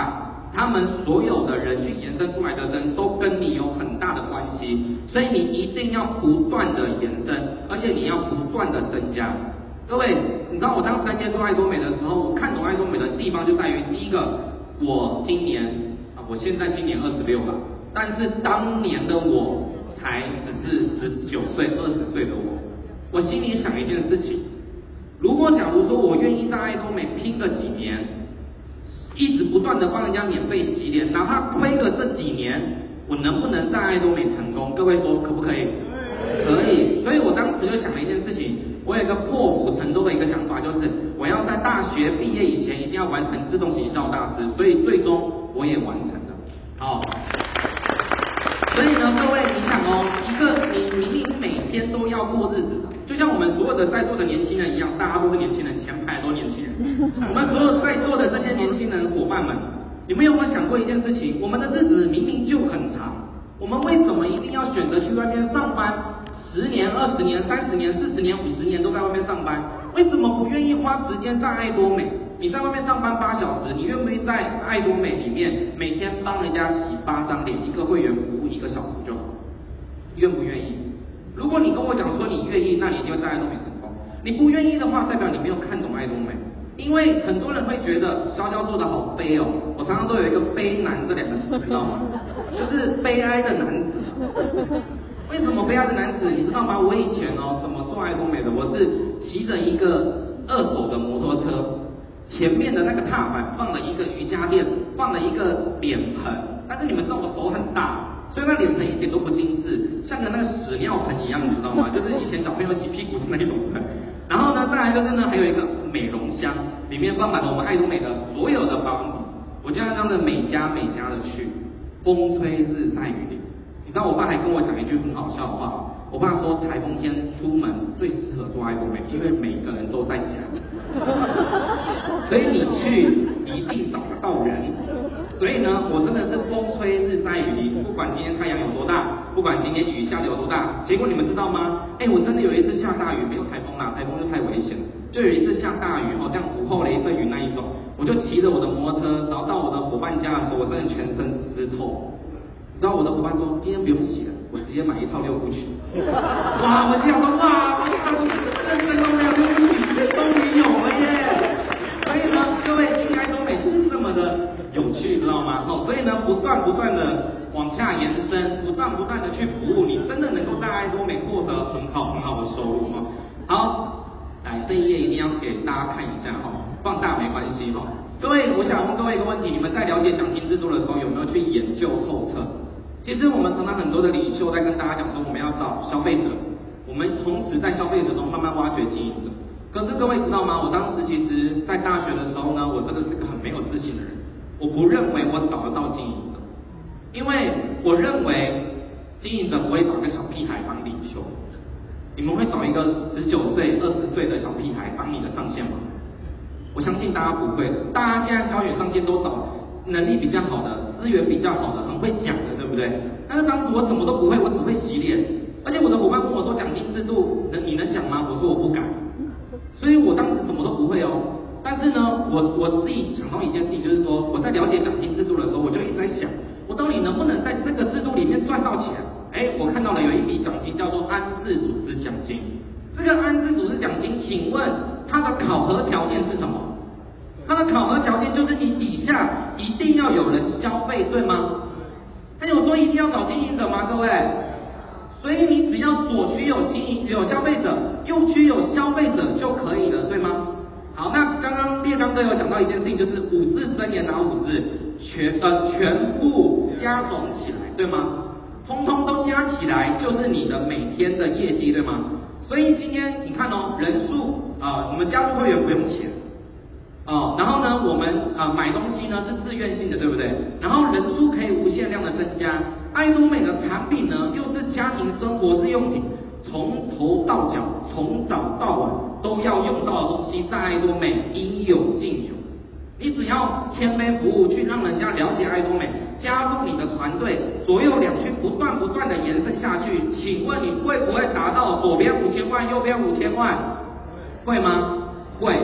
他们所有的人去延伸出来的人都跟你有很大的关系，所以你一定要不断的延伸，而且你要不断的增加。各位，你知道我当时在接触爱多美的时候，我看懂爱多美的地方就在于，第一个，我今年啊，我现在今年二十六了，但是当年的我才只是十九岁、二十岁的我，我心里想一件事情，如果假如说我愿意在爱多美拼个几年，一直不断的帮人家免费洗脸，哪怕亏个这几年，我能不能在爱多美成功？各位说可不可以？可以。所以我当时就想了一件事情，我有一个破釜沉舟的一个想法，就是我要在大学毕业以前一定要完成自动行销大师，所以最终我也完成了。好，所以呢，各位你想哦，一个你明明每天都要过日子的，就像我们所有的在座的年轻人一样，大家都是年轻人，前排都年轻人。我们所有在座的这些年轻人伙伴们，你们有没有想过一件事情？我们的日子明明就很长，我们为什么一定要选择去外面上班？十年、二十年、三十年、四十年、五十年都在外面上班，为什么不愿意花时间在爱多美？你在外面上班八小时，你愿不愿意在爱多美里面每天帮人家洗八张脸，一个会员服务一个小时就好？愿不愿意？如果你跟我讲说你愿意，那你一定会在爱多美成功。你不愿意的话，代表你没有看懂爱多美。因为很多人会觉得潇潇做的好悲哦，我常常都有一个悲男这两个字，你知道吗？就是悲哀的男子。为什么悲哀的男子？你知道吗？我以前哦，怎么做爱多美的？我是骑着一个二手的摩托车，前面的那个踏板放了一个瑜伽垫，放了一个脸盆，但是你们知道我手很大，所以那脸盆一点都不精致，像个那个屎尿盆一样，你知道吗？就是以前小朋友洗屁股的那种盆。然后呢，再来就是呢，还有一个美容箱，里面放满了我们爱多美的所有的保养品，我就要这样的每家每家的去，风吹日晒雨淋。你知道我爸还跟我讲一句很好笑的话，我爸说台风天出门最适合做爱多美，因为每个人都在家，所以你去你一定找得到人。所以呢，我真的是风吹日晒雨淋，不管今天太阳有多大，不管今天雨下的有多大，结果你们知道吗？哎，我真的有一次下大雨，没有台风啦，台风就太危险了。就有一次下大雨哦，像午后雷阵雨那一种，我就骑着我的摩托车，然后到我的伙伴家的时候，我真的全身湿透。你知道我的伙伴说今天不用洗了，我直接买一套六部曲。哇，我想说哇，我认真都没有六部曲，终于有了耶！所以呢，各位应该都每次这么的有趣，知道吗？哦，所以呢，不断不断的往下延伸，不断不断的去服务你，真的能够在爱多美获得很好很好的收入哈。好，来这一页一定要给大家看一下哈，放大没关系哈。各位，我想问各位一个问题，你们在了解奖金制度的时候，有没有去研究透彻？其实我们常常很多的领袖在跟大家讲说，我们要找消费者，我们同时在消费者中慢慢挖掘经营者。可是各位知道吗？我当时其实在大学的时候呢，我真的是个很没有自信的人，我不认为我找得到经营者，因为我认为经营者不会找一个小屁孩当领袖。你们会找一个十九岁、二十岁的小屁孩当你的上线吗？我相信大家不会的。大家现在挑选上线都找能力比较好的、资源比较好的、很会讲的，对不对？但是当时我什么都不会，我只会洗脸。而且我的伙伴问我说：“奖金制度能你能讲吗？”我说我不敢。所以我当时什么都不会哦。但是呢，我我自己想到一件事情，就是说我在了解奖金制度的时候，我就一直在想，我到底能不能在这个制度里面赚到钱？哎，我看到了有一笔奖金叫做安置组织奖金。这个安置组织奖金，请问它的考核条件是什么？它的考核条件就是你底下一定要有人消费，对吗？他有说一定要找经营者吗？各位，所以你只要左区有经营有消费者，右区有消费者就可以了，对吗？好，那刚刚列刚哥有讲到一件事情，就是五字真言哪五字？全呃全部加总起来，对吗？通通都加起来就是你的每天的业绩，对吗？所以今天你看哦，人数啊、呃，我们加入会员不用钱哦，然后呢，我们啊、呃、买东西呢是自愿性的，对不对？然后人数可以无限量的增加。爱多美的产品呢，又是家庭生活日用品，从头到脚，从早到晚都要用到的东西，在爱多美应有尽有。你只要谦卑服务，去让人家了解爱多美，加入你的团队，左右两区不断不断的延伸下去，请问你会不会达到左边五千万，右边五千万？会吗？会。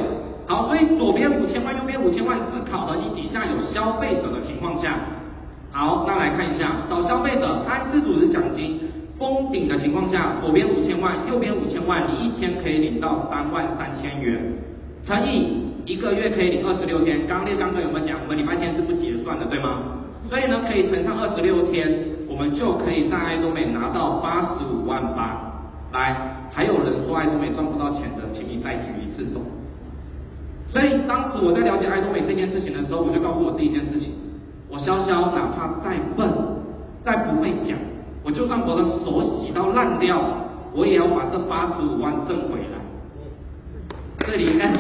好，所以左边五千万，右边五千万是考核你底下有消费者的情况下。好，那来看一下，找消费者按自主值奖金封顶的情况下，左边五千万，右边五千万，你一天可以领到三万三千元，乘以一个月可以领二十六天。刚刚列刚哥有没有讲，我们礼拜天是不结算的，对吗？所以呢，可以乘上二十六天，我们就可以在爱多美拿到八十五万八。来，还有人说爱多美赚不到钱的，请你再举一次手。所以当时我在了解爱多美这件事情的时候，我就告诉我自己一件事情。我潇潇哪怕再笨，再不会讲，我就算我的手洗到烂掉，我也要把这八十五万挣回来。这里应该是，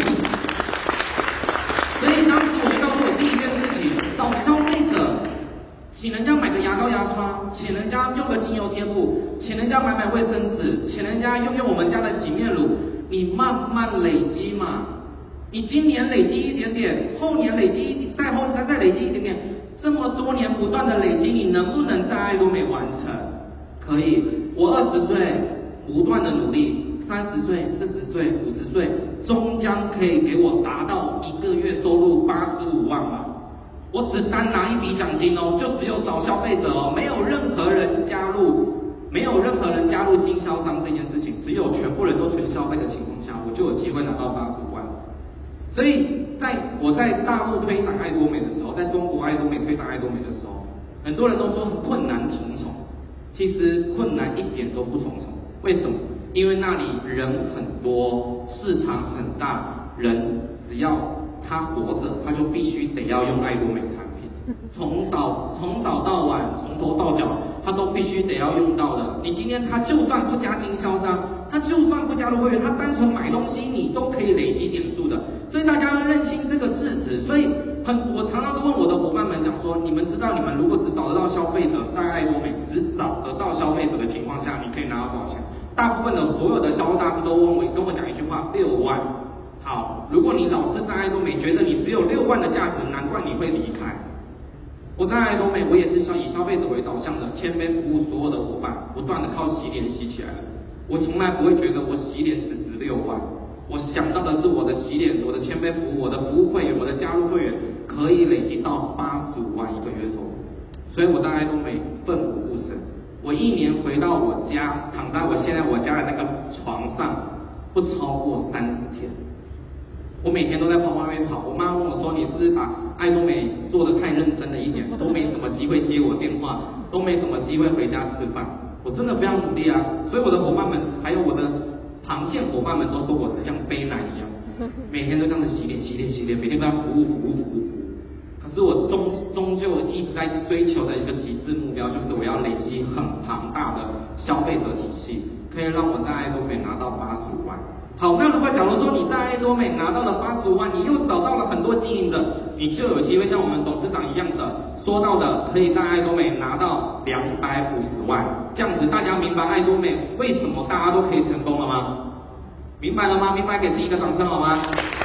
所以当时我就告诉我第一件事情：找消费者，请人家买个牙膏牙刷，请人家用个精油贴布，请人家买买卫生纸，请人家用用我们家的洗面乳，你慢慢累积嘛。你今年累积一点点，后年累积，再后再再累积一点点。这么多年不断的累积，你能不能在爱多美完成？可以，我二十岁不断的努力，三十岁、四十岁、五十岁，终将可以给我达到一个月收入八十五万吧。我只单拿一笔奖金哦，就只有找消费者哦，没有任何人加入，没有任何人加入经销商这件事情，只有全部人都纯消费的情况下，我就有机会拿到八十五万。所以在我在大陆推展爱多美的时候，在中国爱多美推展爱多美的时候，很多人都说很困难重重，其实困难一点都不重重。为什么？因为那里人很多，市场很大，人只要他活着，他就必须得要用爱多美产品，从早从早到晚，从头到脚，他都必须得要用到的。你今天他就算不加经销商，他就算不加入会员，他单纯买东西，你都可以累积点数的。所以大家要认清这个事实。所以很，我常常都问我的伙伴们讲说，你们知道你们如果只找得到消费者，在爱多美只找得到消费者的情况下，你可以拿到多少钱？大部分的所有的销售大师都问我跟我讲一句话：六万。好，如果你老是在爱多美觉得你只有六万的价值，难怪你会离开。我在爱多美，我也是以消费者为导向的，谦卑服务所有的伙伴，不断的靠洗脸洗起来的。我从来不会觉得我洗脸只值六万，我想到的是我的洗脸，我的谦卑服务，我的服务会员，我的加入会员可以累积到八十五万一个月收入。所以我在爱多美奋不顾身，我一年回到我家，躺在我现在我家的那个床上，不超过三十天。我每天都在跑外面跑，我妈问我说：“你是不是把爱多美做得太认真了一点，都没什么机会接我电话，都没什么机会回家吃饭。”我真的非常努力啊！所以我的伙伴们，还有我的螃蟹伙伴们都说我是像背男一样，每天都这样子洗脸、洗脸、洗脸，每天都要服务、服务、服务、服务。可是我终终究一直在追求的一个极致目标，就是我要累积很庞大的消费者体系，可以让我在爱多美拿到八十五万。好，那如果假如说你在爱多美拿到了八十五万，你又找到了很多经营的，你就有机会像我们董事长一样的说到的，可以在爱多美拿到两百五十万。这样子大家明白爱多美为什么大家都可以成功了吗？明白了吗？明白，给自己一个掌声好吗？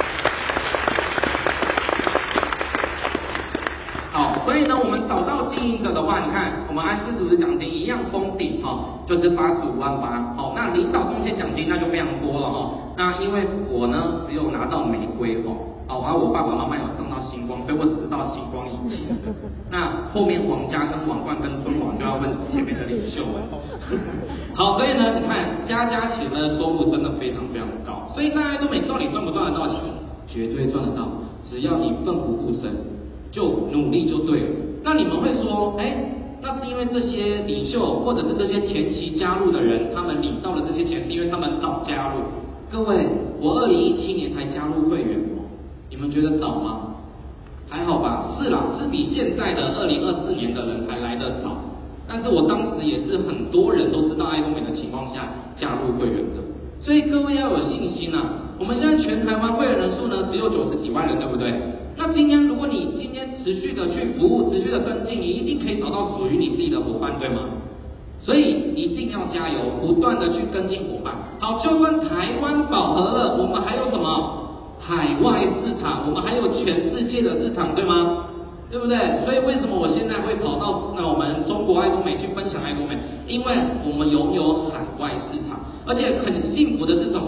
好，所以呢，我们找到经营者的话，你看，我们按自主的奖金一样封顶哈、哦，就是八十五万八。好，那领导贡献奖金那就非常多了哈、哦。那因为我呢只有拿到玫瑰哈，哦，而、啊、我爸爸妈妈有上到星光，所以我只到星光一级。那后面皇家跟王冠跟尊王就要问前面的领袖了。好，所以呢，你看加加起来的收入真的非常非常高。所以大家都每到底赚不赚得到钱？绝对赚得到，只要你奋不顾身。就努力就对了。那你们会说，哎，那是因为这些领袖或者是这些前期加入的人，他们领到了这些钱，是因为他们早加入。各位，我二零一七年才加入会员哦，你们觉得早吗？还好吧，是啦，是比现在的二零二四年的人还来得早。但是我当时也是很多人都知道爱多美的情况下加入会员的，所以各位要有信心啊。我们现在全台湾会员人数呢只有九十几万人，对不对？那今天如果你今天持续的去服务，持续的跟进，你一定可以找到属于你自己的伙伴，对吗？所以一定要加油，不断的去跟进伙伴。好，就算台湾饱和了，我们还有什么海外市场？我们还有全世界的市场，对吗？对不对？所以为什么我现在会跑到那我们中国爱多美去分享爱多美？因为我们拥有海外市场，而且很幸福的是什么？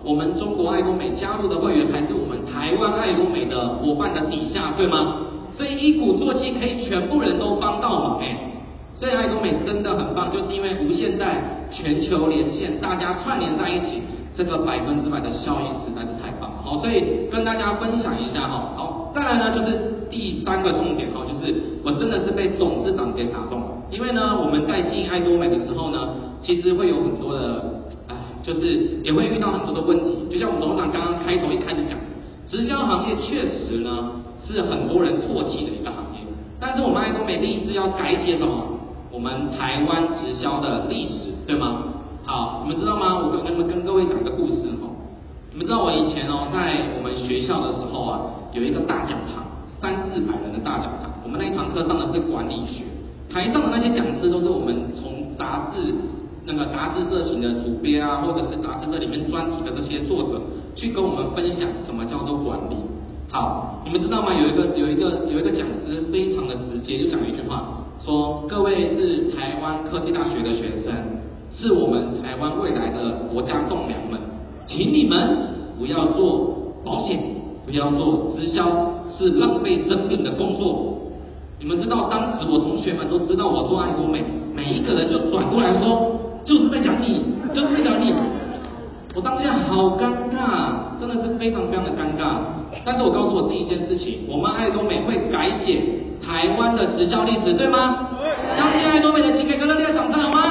我们中国爱多美加入的会员还是我们台湾爱多美的伙伴的底下，对吗？所以一鼓作气可以全部人都帮到忙哎。所以爱多美真的很棒，就是因为无线带全球连线，大家串联在一起，这个百分之百的效益实在是太棒。好，所以跟大家分享一下哈。好，再来呢就是第三个重点哈，就是我真的是被董事长给打动了。因为呢我们在经营爱多美的时候呢，其实会有很多的，哎，就是也会遇到很多的问题。就像我们董事长刚刚开头一开始讲，直销行业确实呢是很多人唾弃的一个行业，但是我们爱多美立志要改写什么？我们台湾直销的历史，对吗？好，你们知道吗？我跟你们跟各位讲个故事哈。你们知道我以前哦，在我们学校的时候啊，有一个大讲堂，三四百人的大讲堂。我们那一堂课上的是管理学，台上的那些讲师都是我们从杂志那个杂志社群的主编啊，或者是杂志社里面专题的这些作者，去跟我们分享什么叫做管理。好，你们知道吗？有一个有一个有一个讲师非常的直接，就讲了一句话。说各位是台湾科技大学的学生，是我们台湾未来的国家栋梁们，请你们不要做保险，不要做直销，是浪费生命的工作。你们知道当时我同学们都知道我做爱多美，每一个人就转过来说，就是在讲你，就是在讲你。我当下好尴尬，真的是非常非常的尴尬。但是我告诉我自己一件事情，我们爱多美会改写台湾的直销历史，对吗？相信爱多美的，请给哥哥烈掌声好吗？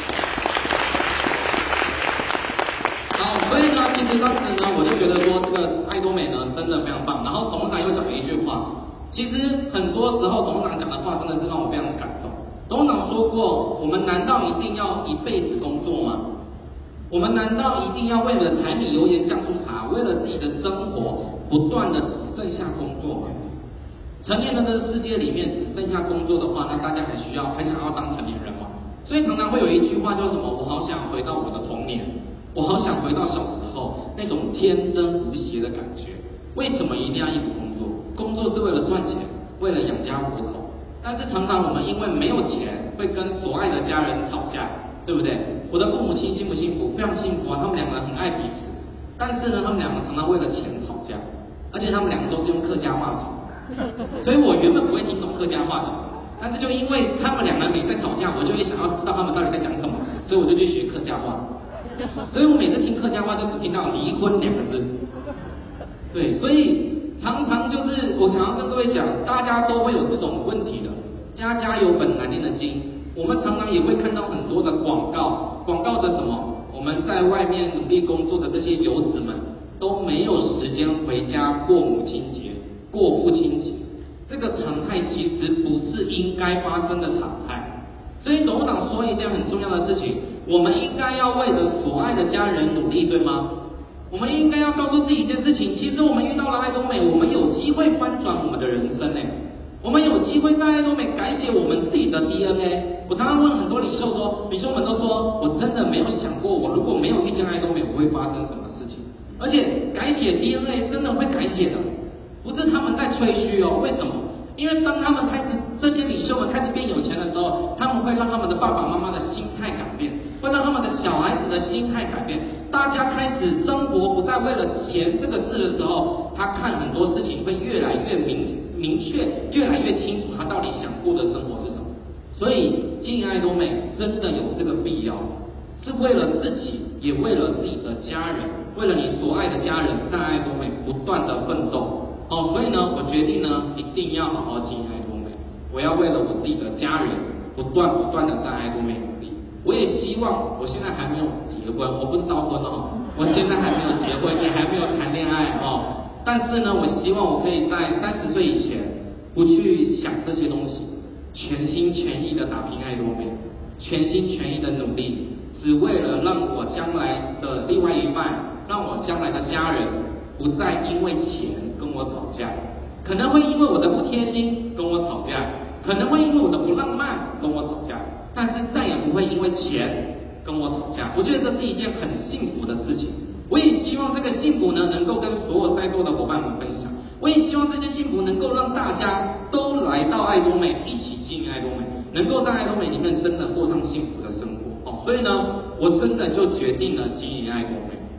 好，所以呢，其实当时呢，我就觉得说，这个爱多美呢，真的非常棒。然后董事长又讲了一句话，其实很多时候董事长讲的话，真的是让我非常感动。董事长说过，我们难道一定要一辈子工作吗？我们难道一定要为了柴米油盐酱醋茶，为了自己的生活，不断的只剩下工作吗？成年人的世界里面只剩下工作的话，那大家还需要还想要当成年人吗？所以常常会有一句话叫什么？我好想回到我的童年，我好想回到小时候那种天真无邪的感觉。为什么一定要一直工作？工作是为了赚钱，为了养家糊口。但是常常我们因为没有钱，会跟所爱的家人吵架，对不对？我的父母亲幸不幸福？非常幸福啊，他们两个人很爱彼此。但是呢，他们两个常常为了钱吵架，而且他们两个都是用客家话吵。所以我原本不会听懂客家话的，但是就因为他们两个人每在吵架，我就会想要知道他们到底在讲什么，所以我就去学客家话。所以我每次听客家话就只听到离婚两个字。对，所以常常就是我想要跟各位讲，大家都会有这种问题的，家家有本难念的经。我们常常也会看到很多的广告，广告的什么？我们在外面努力工作的这些游子们都没有时间回家过母亲节。过父亲节，这个常态其实不是应该发生的常态。所以董事长说一件很重要的事情，我们应该要为了所爱的家人努力，对吗？我们应该要告诉自己一件事情，其实我们遇到了爱多美，我们有机会翻转我们的人生呢。我们有机会在爱多美改写我们自己的 D N A。我常常问很多领袖说，领袖们都说，我真的没有想过，我如果没有遇见爱多美，我会发生什么事情。而且改写 D N A 真的会改写的。不是他们在吹嘘哦，为什么？因为当他们开始，这些领袖们开始变有钱的时候，他们会让他们的爸爸妈妈的心态改变，会让他们的小孩子的心态改变。大家开始生活不再为了钱这个字的时候，他看很多事情会越来越明明确，越来越清楚他到底想过的生活是什么。所以经营爱多美真的有这个必要，是为了自己，也为了自己的家人，为了你所爱的家人，在爱多美不断的奋斗。哦，所以呢，我决定呢，一定要好好经营爱多美。我要为了我自己的家人，不断不断的在爱多美努力。我也希望，我现在还没有结婚，我不是早婚哦，我现在还没有结婚，也还没有谈恋爱哦。但是呢，我希望我可以在三十岁以前，不去想这些东西，全心全意的打拼爱多美，全心全意的努力，只为了让我将来的另外一半，让我将来的家人，不再因为钱跟我吵架，可能会因为我的不贴心跟我吵架，可能会因为我的不浪漫跟我吵架，但是再也不会因为钱跟我吵架。我觉得这是一件很幸福的事情。我也希望这个幸福呢，能够跟所有在座的伙伴们分享。我也希望这些幸福能够让大家都来到爱多美，一起经营爱多美，能够在爱多美里面真的过上幸福的生活。哦，所以呢，我真的就决定了经营爱多美。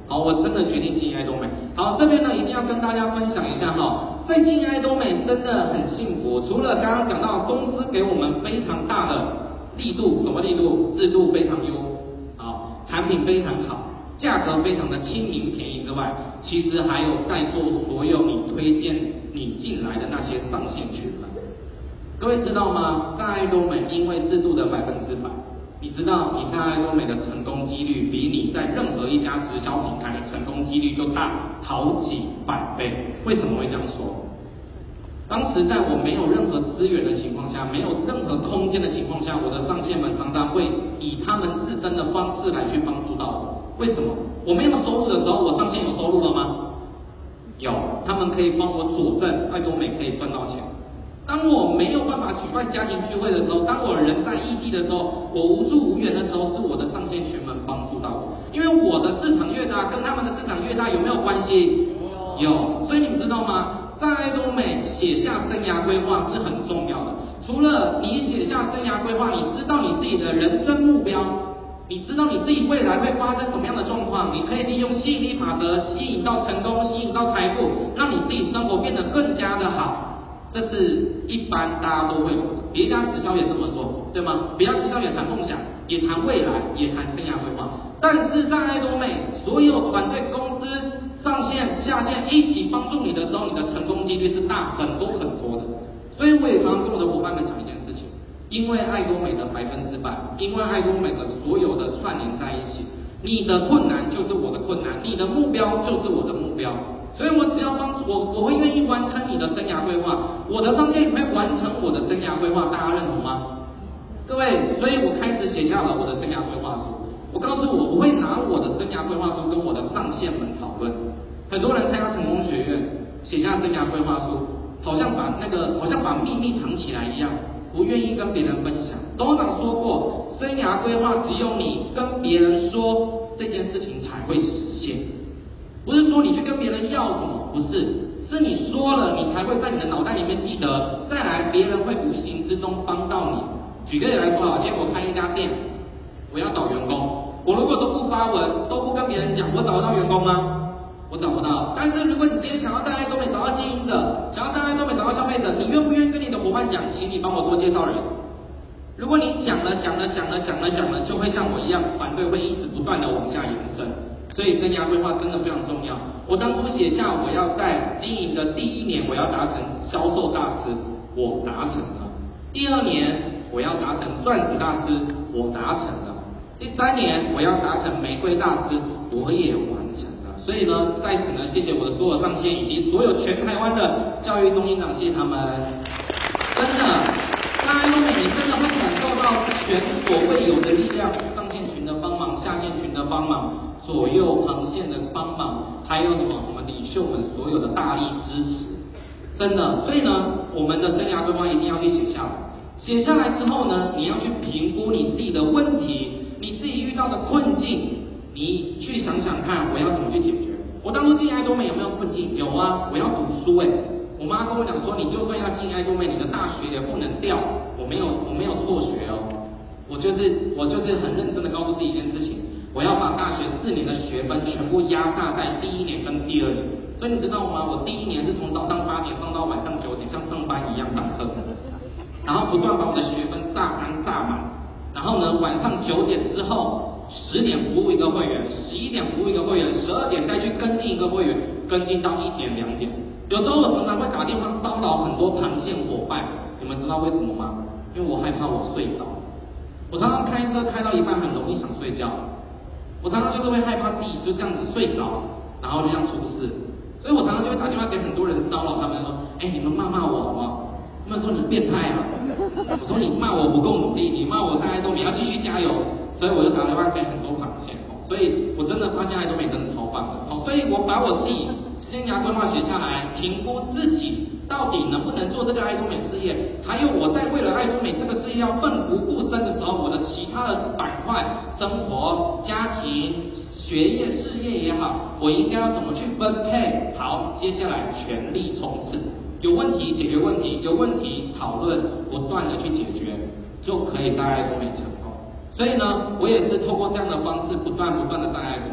好，我真的决定进爱多美。好，这边呢一定要跟大家分享一下哈，在进爱多美真的很幸福。除了刚刚讲到公司给我们非常大的力度，什么力度？制度非常优，好，产品非常好，价格非常的亲民便宜之外，其实还有在座所有你推荐你进来的那些上线群们。各位知道吗？在爱多美因为制度的百分之百，你知道你在爱多美的成功几率比你在任何一家直销平台的成功几率就大好几百倍。为什么会这样说？当时在我没有任何资源的情况下，没有任何空间的情况下，我的上线们常常会以他们自身的方式来去帮助到我。为什么？我没有收入的时候，我上线有收入了吗？有，他们可以帮我佐证爱多美可以赚到钱。当我没有办法举办家庭聚会的时候，当我人在异地的时候，我无助无援的时候，是我的上线群们帮助到我。因为我的市场越大，跟他们的市场越大，有没有关系？有。所以你们知道吗？在爱多美写下生涯规划是很重要的。除了你写下生涯规划，你知道你自己的人生目标，你知道你自己未来会发生什么样的状况，你可以利用吸引力法则吸引到成功，吸引到财富，让你自己生活变得更加的好。这是一般大家都会有的，别家直销也这么做，对吗？别家直销也谈梦想，也谈未来，也谈生涯规划。但是在爱多美，所有团队公司上线下线一起帮助你的时候，你的成功几率是大很多很多的。所以我也常常跟我的伙伴们讲一件事情，因为爱多美的百分之百，因为爱多美的所有的串联在一起，你的困难就是我的困难，你的目标就是我的目标。所以我只要帮助我，我会愿意完成你的生涯规划，我的上线也会完成我的生涯规划，大家认同吗？各位，所以我开始写下了我的生涯规划书。我告诉我，我会拿我的生涯规划书跟我的上线们讨论。很多人参加成功学院，写下生涯规划书，好像把那个好像把秘密藏起来一样，不愿意跟别人分享。董事长说过，生涯规划只有你跟别人说这件事情才会实现。不是说你去跟别人要什么，不是，是你说了，你才会在你的脑袋里面记得，再来别人会无形之中帮到你。举个例来说啊，今天我开一家店，我要找员工，我如果都不发文，都不跟别人讲，我找得到员工吗？我找不到。但是如果你今天想要在爱多美找到经营者，想要在爱多美找到消费者，你愿不愿意跟你的伙伴讲，请你帮我多介绍人？如果你讲了讲了讲了讲了讲了，就会像我一样，团队会一直不断的往下延伸。所以生涯规划真的非常重要。我当初写下我要在经营的第一年我要达成销售大师，我达成了；第二年我要达成钻石大师，我达成了；第三年我要达成玫瑰大师，我也完成了。所以呢，在此呢，谢谢我的所有上线以及所有全台湾的教育中心长，谢谢他们。真的，在爱多美你真的会感受到前所未有的力量，上线群的帮忙，下线群的帮忙。左右航线的帮忙，还有什么我们领袖们所有的大力支持，真的。所以呢，我们的生涯规划一定要去写下来。写下来之后呢，你要去评估你自己的问题，你自己遇到的困境，你去想想看，我要怎么去解决。我当初进爱多美有没有困境？有啊，我要读书哎、欸。我妈跟我讲说，你就算要进爱多美，你的大学也不能掉。我没有，我没有辍学哦，我就是我就是很认真的告诉自己一件事情。我要把大学四年的学分全部压榨在第一年跟第二年，所以你知道吗？我第一年是从早上八点上到晚上九点，像上班一样上课，然后不断把我的学分榨干榨满，然后呢，晚上九点之后，十点服务一个会员，十一点服务一个会员，十二点再去跟进一个会员，跟进到一点两点。有时候我常常会打电话骚扰很多螃蟹伙伴，你们知道为什么吗？因为我害怕我睡着，我常常开车开到一半很容易想睡觉。我常常就是会害怕自己就这样子睡着，然后就这样出事，所以我常常就会打电话给很多人骚扰他们说，哎、欸，你们骂骂我好不好？他们说你变态啊，我说你骂我不够努力，你骂我在爱多美要继续加油，所以我就打电话给很多螃蟹，所以我真的发现爱多美真的超棒的，所以我把我自己生涯规划写下来，评估自己到底能不能做这个爱多美事业，还有我在为了爱多美这个事业要奋不顾身的时候，我的其他的板块，生活、家庭、学业、事业也好，我应该要怎么去分配？好，接下来全力冲刺，有问题解决问题，有问题讨论，不断的去解决，就可以带爱多美成功。所以呢，我也是透过这样的方式，不断不断的带爱多美。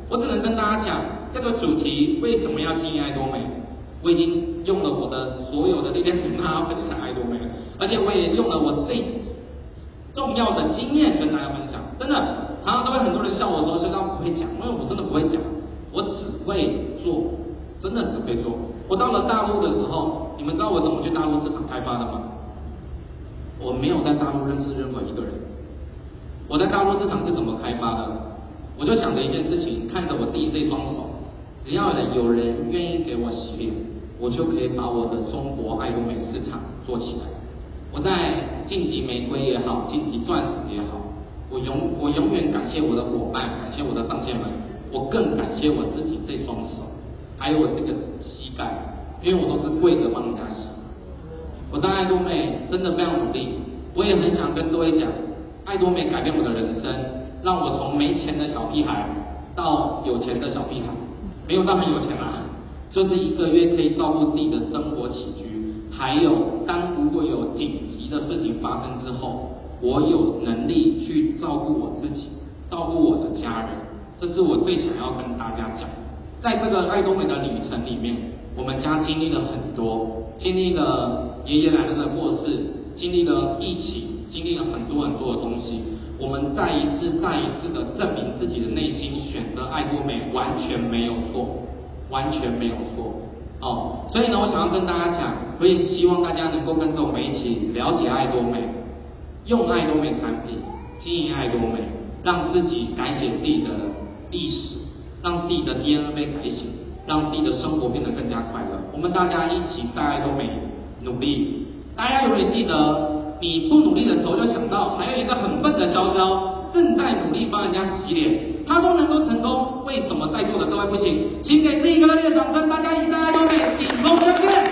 我只能跟大家讲，这个主题为什么要经营爱多美，我已经用了我的所有的力量跟大家分享爱多美了，而且我也用了我最重要的经验跟大家分享。真的，常常都会很多人笑我说身高不会讲，因为我真的不会讲，我只会做，真的只会做。我到了大陆的时候，你们知道我怎么去大陆市场开发的吗？我没有在大陆认识任何一个人。我在大陆市场是怎么开发的？我就想着一件事情，看着我自己这双手，只要有人愿意给我洗脸，我就可以把我的中国爱多美市场做起来。我在晋级玫瑰也好，晋级钻石也好，我永我永远感谢我的伙伴，感谢我的上线们，我更感谢我自己这双手，还有我这个膝盖，因为我都是跪着帮人家洗。我在爱多美真的非常努力，我也很想跟各位讲，爱多美改变我的人生，让我从没钱的小屁孩到有钱的小屁孩，没有到很有钱啦，就是一个月可以照顾自己的生活起居，还有当如果有紧急的事情发生之后，我有能力去照顾我自己，照顾我的家人，这是我最想要跟大家讲。在这个爱多美的旅程里面，我们家经历了很多，经历了爷爷奶奶的过世，经历了疫情，经历了很多很多的东西，我们再一次再一次的证明自己的内心，选择爱多美完全没有错，完全没有错哦。所以呢，我想要跟大家讲，我也希望大家能够跟着我们一起了解爱多美，用爱多美产品，经营爱多美，让自己改写自己的历史，让自己的 D N A 被改写，让自己的生活变得更加快乐。我们大家一起在爱多美努力。大家永远记得，你不努力的时候，就想到还有一个很笨的潇潇正在努力帮人家洗脸，他都能够成功，为什么在座的各位不行？请给自己一个热烈的掌声！大家一起在爱多美顶峰相见。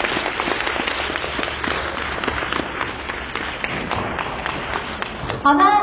好的。